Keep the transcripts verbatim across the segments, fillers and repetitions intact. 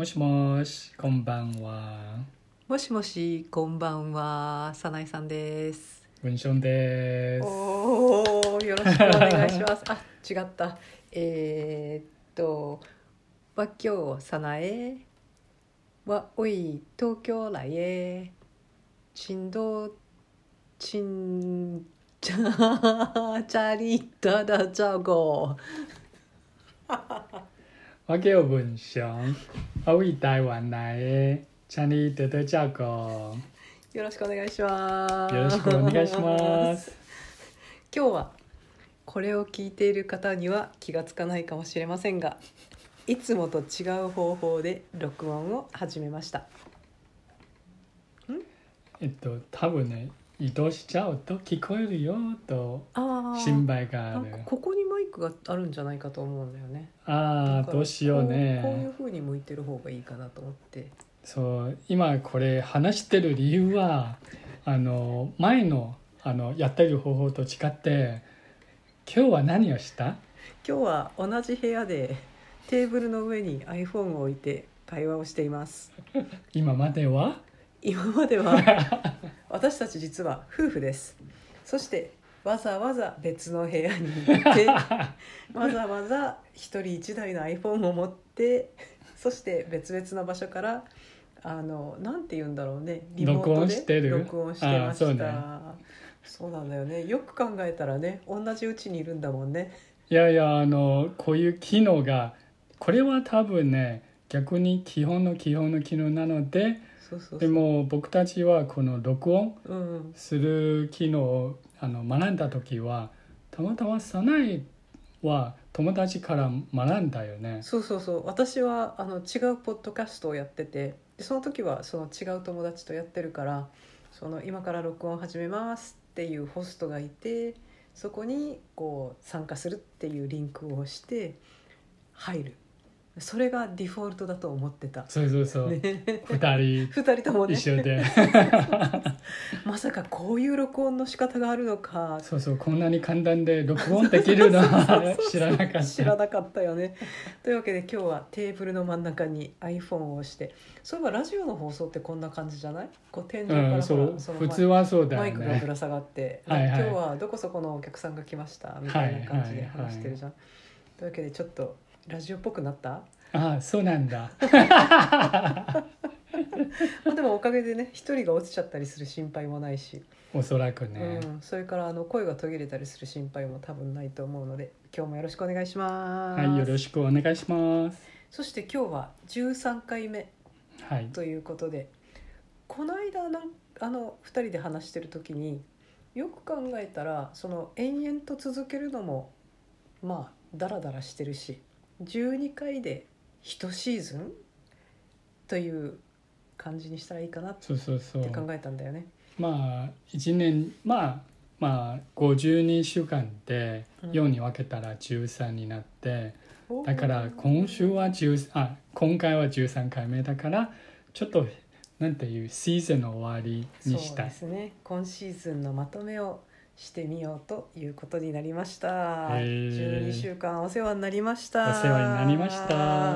もしもし、こんばんは。 もしもし、こんばんは。さなえさんです。 文章です。 おー、よろしくお願いします。あ、違った。えー、っと、わ今日さなえわおい東京来へ진도친 자 자리 따다자고 我叫文章，我为台湾来的，请你多多照顾。 よろしくお願いします。 よろしくお願いします。 今日はこれを聞いている方には気がつかないかもしれませんが、いつもと違う方法で録音を始めました。 えっと、多分ね、移動しちゃうと聞こえるよとあー心配があなんかる。 ここにマイクがあるんじゃないかと思うんだよね。 ああ、どうしようね。 こう、こういう風に向いてる方がいいかなと思って。 そう今これ話してる理由はあの前のあのやってる方法と違って今日は何をした？ 今日は同じ部屋でテーブルの上に iPhone を置いて会話をしています。 今までは今までは私たち実は夫婦です。そしてわざわざ別の部屋に行ってわざわざ一人一台の iPhone を持ってそして別々の場所からあのなんて言うんだろうね、リモートで録音してる録音してました。 あそうねそうなんだよね。よく考えたらね、同じうちにいるんだもんね。 いやいやあのこういう機能がこれは多分ね逆に基本の基本の機能なのでそうそうそうでも僕たちはこの録音うんする機能をあの学んだ時はたまたまサナイは友達から学んだよね。 そうそうそう。私はあの違うポッドキャストをやってて、でその時はその違う友達とやってるから、その今から録音始めますっていうホストがいて、そこにこう参加するっていうリンクを押して入る。それがデフォルトだと思ってた。 そうそうそう、 ね、 ふたりふたりともね一緒でまさかこういう録音の仕方があるのかそうそうこんなに簡単で録音できるのは知らなかった知らなかったよね。というわけで今日はテーブルの真ん中に iPhone を押して、そういえばラジオの放送ってこんな感じじゃない？こう天井からほら、 うん、そうその普通はそうだマよねイクがぶら下がってはいはい今日はどこそこのお客さんが来ましたみたいな感じで話してるじゃん、というわけでちょっとラジオっぽくなった？ ああそうなんだまあでもおかげでね、一人が落ちちゃったりする心配もないし、 おそらくね、 うん、それからあの声が途切れたりする心配も多分ないと思うので、今日もよろしくお願いします。 はいよろしくお願いします。 そして今日はじゅうさんかいめはいということで、この間なんあのふたりで話してる時によく考えたら、その延々と続けるのもまあダラダラしてるし、じゅうにかいでいちシーズンという感じにしたらいいかなっそうそうそうて考えたんだよね。 まあいちねんまあまあごじゅうにしゅうかんでよんに分けたらじゅうさんになって、 うん、 だから今週はじゅうあ今回はじゅうさんかいめだからちょっとなんていうシーズンの終わりにしたい。 そうですね、今シーズンのまとめをしてみようということになりました。じゅうにしゅうかんお世話になりました。 お世話になりました。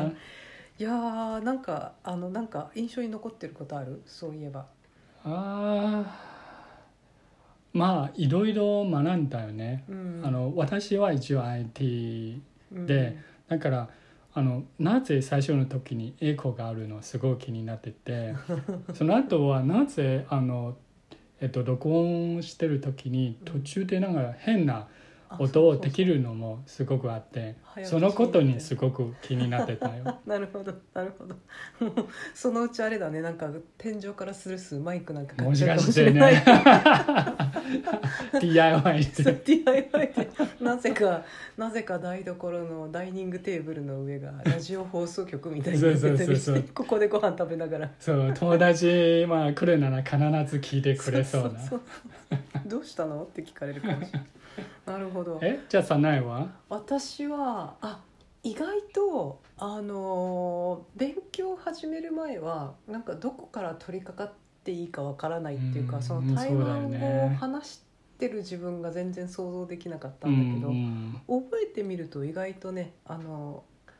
いやーなんかあのなんか印象に残ってることある？そういえば。 あまあいろいろ学んだよね、うん、あの私は一応 アイティー で、うん、だからあのなぜ最初の時にエコーがあるのすごい気になっててその後はなぜあの、えっと、録音してる時に途中でなんか変な音をできるのもすごくあって、そのことにすごく気になってたよなるほどなるほどもうそのうちあれだね、なんか天井からスルスマイクなんか買っちゃうかもしれない、ね、 ディーアイワイ でディーアイワイ でなぜかなぜか台所のダイニングテーブルの上がラジオ放送局みたいになってたりしてここでご飯食べながらそう友達、まあ、来るなら必ず聞いてくれそうなそうそうそうどうしたのって聞かれるかもしれないなるほど。 えじゃあサナエは？ 私はあ意外とあの勉強を始める前はなんかどこから取り掛かっていいかわからないっていうか、 うんその台湾語をそうだよね話してる自分が全然想像できなかったんだけど、 うん覚えてみると意外とねあの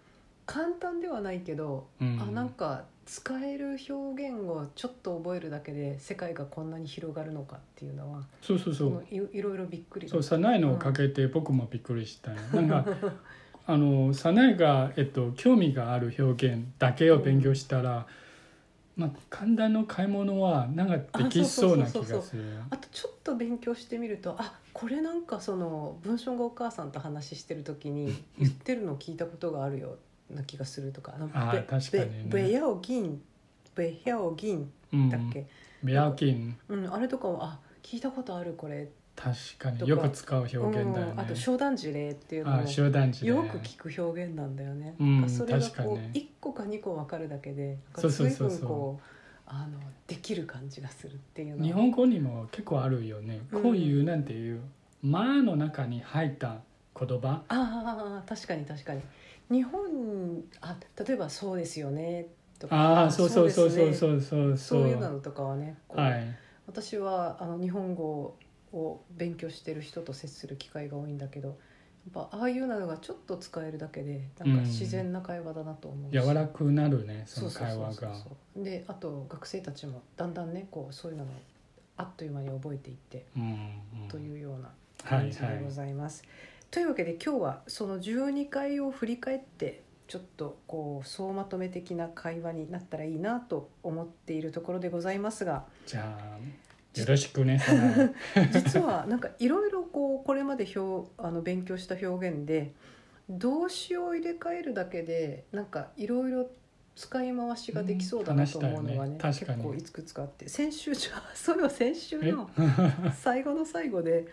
簡単ではないけど、 うん、 あなんか使える表現をちょっと覚えるだけで世界がこんなに広がるのかっていうのはそうそうそう、 その い, いろいろびっくりそう早苗のおかげで僕もびっくりしたよ、うん、なんかあの早苗が、えっと、興味がある表現だけを勉強したら、うん、まあ、簡単な買い物はなんかできそうな気がする。 あとちょっと勉強してみると、あこれなんかその文章がお母さんと話してる時に言ってるのを聞いたことがあるよな気がするとか、 あ確かにね、 ベヤオギンベヤオギンだっけ、 うん、ベヤオギン、 うん、あれとかもあ聞いたことあるこれ、 確かによく使う表現だよね、 うん、あと商談事例っていうのもよく聞く表現なんだよね、 うん、 それがこうね、 いっこかにこ分かるだけでそうそうそう随分こうあのできる感じがするっていうのは日本語にも結構あるよね、うん、こういうなんていう「ま」の中に入った言葉、 ああ確かに確かに日本あ例えばそうですよねとか、 ああそうそうそうそうそうそうそういうのとかはね、 はい、 私はあの日本語を勉強してる人と接する機会が多いんだけど、やっぱああいうのがちょっと使えるだけでなんか自然な会話だなと思うし、 うん、柔らくなるねその会話が。 であと学生たちもだんだんねこうそういうのをあっという間に覚えていって、うんうん、というような感じでございます、はいはい、というわけで今日はそのじゅうにかいを振り返ってちょっとこう総まとめ的な会話になったらいいなと思っているところでございますが、 じゃあよろしくね実はなんかいろいろこうこれまで表あの勉強した表現で動詞を入れ替えるだけでなんかいろいろ使い回しができそうだなと思うのがね、うん、ね結構いくつかあって、先週じゃそれは先週の最後の最後で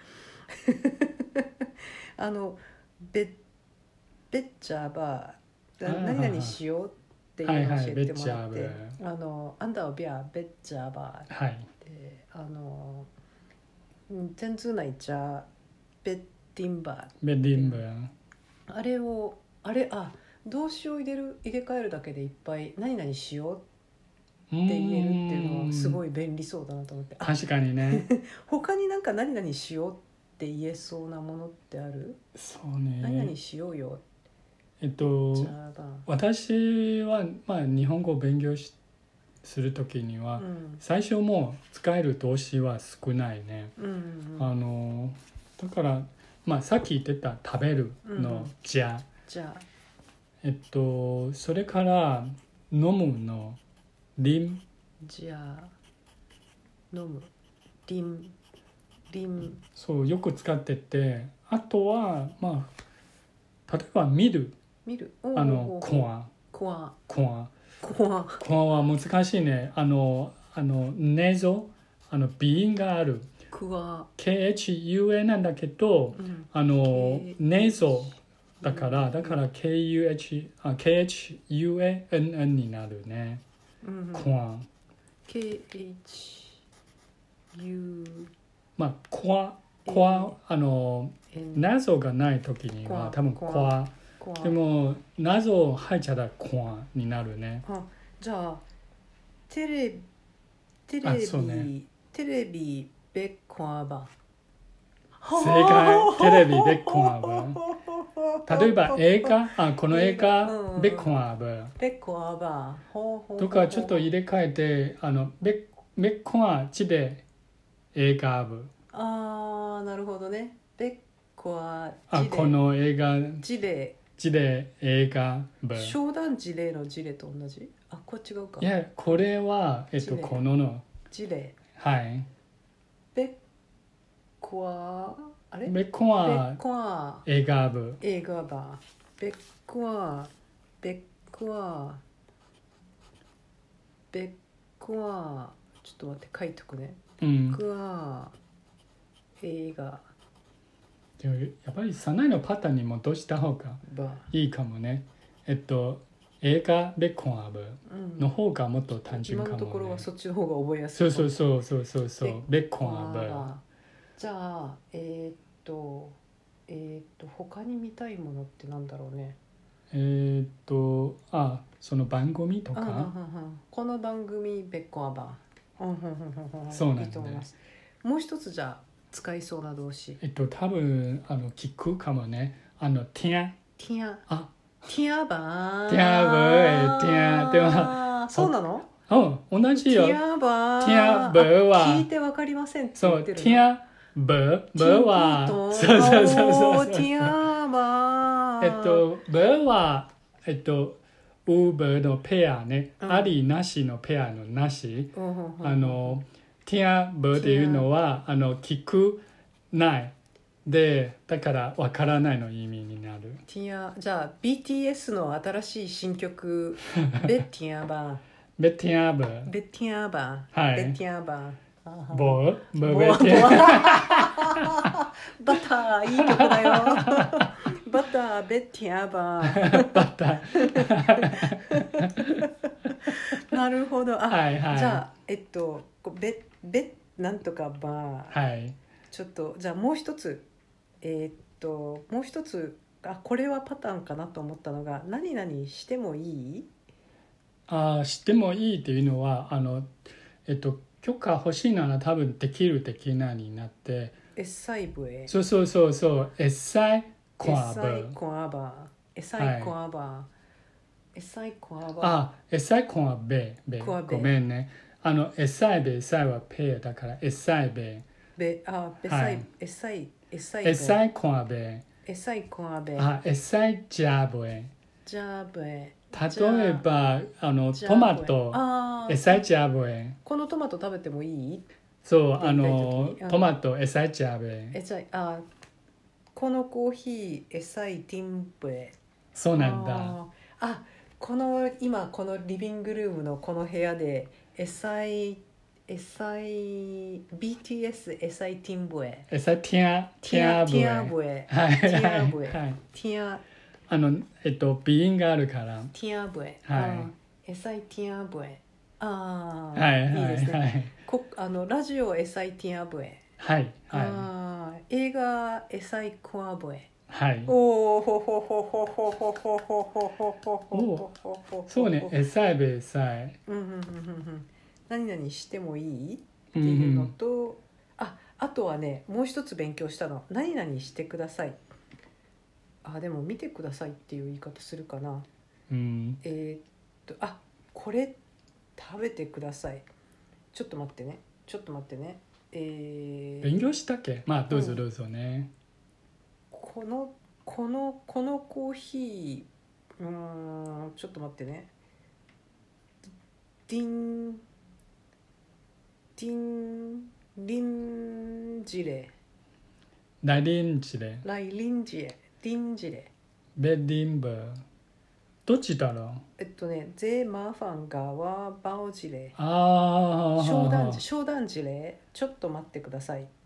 あのベベッチャーバー何々しようっていうのを教えてもらって、はいはい、あのアンダービアベッチャーバー、はい、であの珍珠奶茶ベッディンバーベッディンバーあれをあれあ動詞を入れる入れ替えるだけでいっぱい何々しようって言えるっていうのはすごい便利そうだなと思って、 確かにね他になんか何々しようって言えそうなものってある？ そうね、 何々しようよえっと私は、まあ、日本語を勉強しする時には、うん、最初も使える動詞は少ないね、うんうんうん、あのだから、まあ、さっき言ってた食べるのじゃ、うん、 じゃえっとそれから飲むのリンじゃ飲むリンリンそうよく使ってて、あとはまあ例えば見る見るあのコアコアコアコアコアは難しいね。あのあのネゾあの鼻音があるクワケーエイチユーエー なんだけど、うん、あのネゾだからだから ケーユーエイチ あ ケーエイチユーエーエヌエヌ になるね、うん、コアケーエイチユーまあコアコアあの謎がない時には多分コアでも謎入っちゃったらコアになるね。 あじゃあテレテレビ、ね、テレビベッコアバ正解テレビベッコアバ例えば映画あこの映画、うん、ベッコアバベッコアバとかちょっと入れ替えてあのベッベッコアチで映画部あーなるほどねベッコアあこの映画ジレジレ映画部商談ジレのジレと同じあこれ違うかいやこれは、えっと、こののジレはいベッコアあれベッコアベッコア映画部映画部ベッコアベッコアベッコアちょっと待って書いとくねベッコア、うん、映画でもやっぱり早苗のパターンに戻した方がいいかもね。えっと映画ベッコンアブの方がもっと単純かもね、 うん、今のところはそっちの方が覚えやすい。 そうそうそうそうそうベッコンアブ。 じゃあえー、っとえー、っと他に見たいものってなんだろうね。 えー、っとあその番組とか。 あはははこの番組ベッコンアバー。 そうなんだ、ね。 いいと思います。もう一つじゃあ。使いそうな動詞えっと多分あの聞くかもねあのティアティアあティアバーティアブーティアではそうなの？ うん同じよ。 ティアバーティアブーは聞いてわかりませんってそう言ってるの。 ティアブーブーはそうそうそうそうそうティアバーえっとブーはえっとウーブーのペアね、 うんありなしのペアのなし、 うんうんうんあのティアブーっていうのはあの聞くないでだからわからないの意味になる。 ティアじゃあ ビーティーエス の新しい新曲ベティアバーベティアブーベティアバー、 はいベティアバーボーブボーーベティアバターいい曲だよバターベティアバーバタなるほどあ、 はいはいじゃあえっとこうベベなんとかバー、 はいちょっとじゃあもう一つえーっともう一つあこれはパターンかなと思ったのが何々してもいい？ あしてもいいっていうのはあのえっと許可欲しいなら多分できるできないになってエッサイブエそうそうそうそうエッサイコアブエッサイコアバーエッサイコアバー、エッサイコアバーあエッサイコアベベコアベごめんねあのエッサイベエッサイはペアだからエッサイベベあベサイ、 はいエッサイエッサイエッサイコアベエッサイコアベあエッサイジャブエジャブエ例えばあのトマトあエッサイジャブエこのトマト食べてもいい？ そうあって言いたいの時にトマトエッサイジャブエえじゃあこのコーヒーエッサイティンブエそうなんだああこの今このリビングルームのこの部屋でエサイエサイ ビーティーエス エサイティンブエエッサイティアティアブティアエブエはいティアブエはいティアあのえっと鼻音があるからティアブエはいエサイティアブエああはいはいいいですねはいこあのラジオエサイティアブエはいはあー映画エサイコアブエいはいおおほほほほほほほほほほほほほほそうねエサイベエサイうんうんうんうんうん何々してもいいっうんていうのうんと、ああとはねもう一つ勉強したの何々してくださいあでも見てくださいっていう言い方するかなうんえーっとあこれ食べてくださいちょっと待ってねちょっと待ってねえー、 勉強したっけまあどうぞどうぞねこのこのこのコーヒーうーんちょっと待ってねディンディンリンジレラリンチレライリンジレディンジレベディンバーどっちだろうえっとねゼマファンガワバオジレああ商談商談ジレちょっと待ってください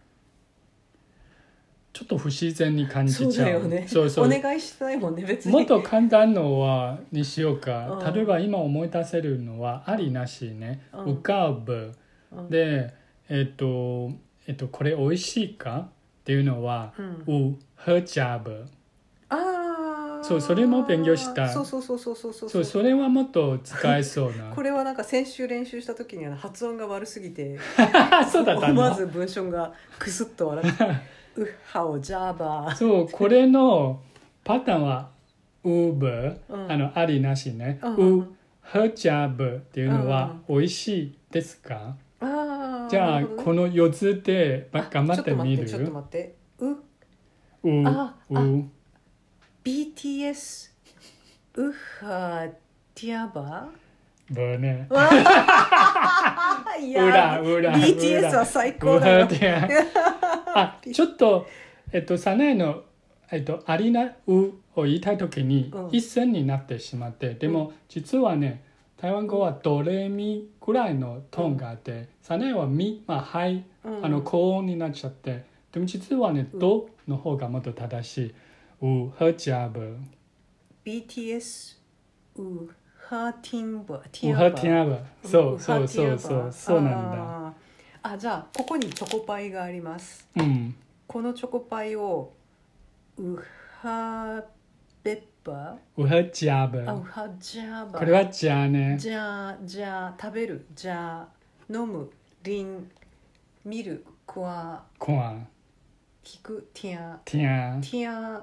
ちょっと不自然に感じちゃうそうだよねそうそうお願いしたいもんね別にもっと簡単のはにしようか、 うん例えば今思い出せるのはありなしね、 うん浮かぶ、 うんでえっ、とえっ、とこれ美味しいかっていうのは、 うんうはちゃぶああそうそれも勉強したそうそうそうそうそうそうそうそれはもっと使えそうなこれはなんか先週練習した時には発音が悪すぎてそうだったの思わず文章がクスッと笑ってウッハオジャーバーそうこれのパターンはうぶ、 うんあのありなしね、 うんうはちゃぶっていうのは美味しいですか、 あじゃあ、 なるほどねこのよっつであ頑張ってみるちょっと待ってちょっと待ってうああうビーティーエス ウッハティアバぶねーわあいやうらうらビーティーエス は最高だようらってあちょっとえっとサナエのえっと、ありなうを言いたいときにうん一線になってしまって、でも実はね台湾語はドレミぐらいのトーンがあって、サナエはミ、まあ、ハイ、 うんあの高音になっちゃってでも実はね、ドの方がもっと正しい。うはちゃぶビーティーエス ウハティンバうはティアブそうそうそうそうウハティアバそうなんだ。 あーあじゃあここにチョコパイがあります。 うんこのチョコパイをウハペッパうはちゃぶーあウハジャーバこれはじゃあねじゃあじゃあ食べるじゃあ飲むリン見るクワコア聞くティアティアティア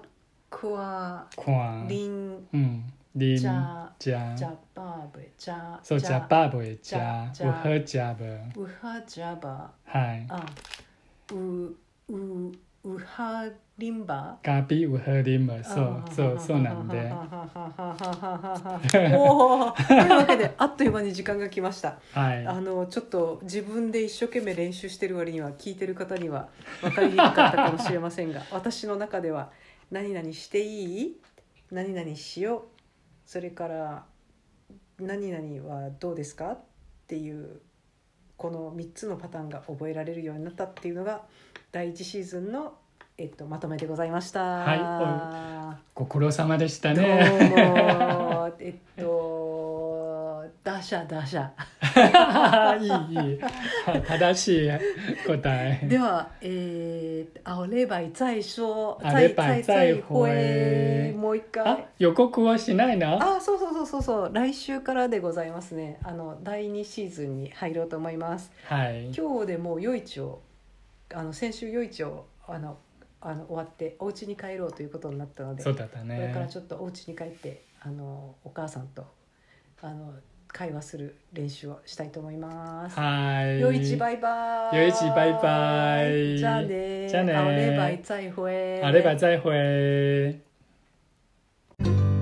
クワ看リン嗯啉食食食饱未食そう食飽未食食有好食無有好食無はいあ有有有好啉無咖啡有好啉無そうそうそうなんでおーというわけであっという間に時間が来ましたはいあのちょっと自分で一生懸命練習してる割には聞いてる方には分かりにくかったかもしれませんが私の中では何々していい何々しようそれから何々はどうですかっていうこのみっつのパターンが覚えられるようになったっていうのがだいいちシーズンの、えっと、まとめでございました。 はいご苦労様でしたどうねもえっと打者打者いいいい正しい答えでは、えー、あ礼拜再说あ礼拜再会もう一回あ予告はしないのあそうそうそうそうそう来週からでございますねあのだいにシーズンに入ろうと思いますはい今日でもう夜市をあの先週夜市をあのあの終わってお家に帰ろうということになったのでそうだったねこれからちょっとお家に帰ってあのお母さんとあの会話する練習をしたいと思います。 はい夜市バイバイ。 夜市バイバイじゃあね。 じゃあね好礼拜再会。 あれば再会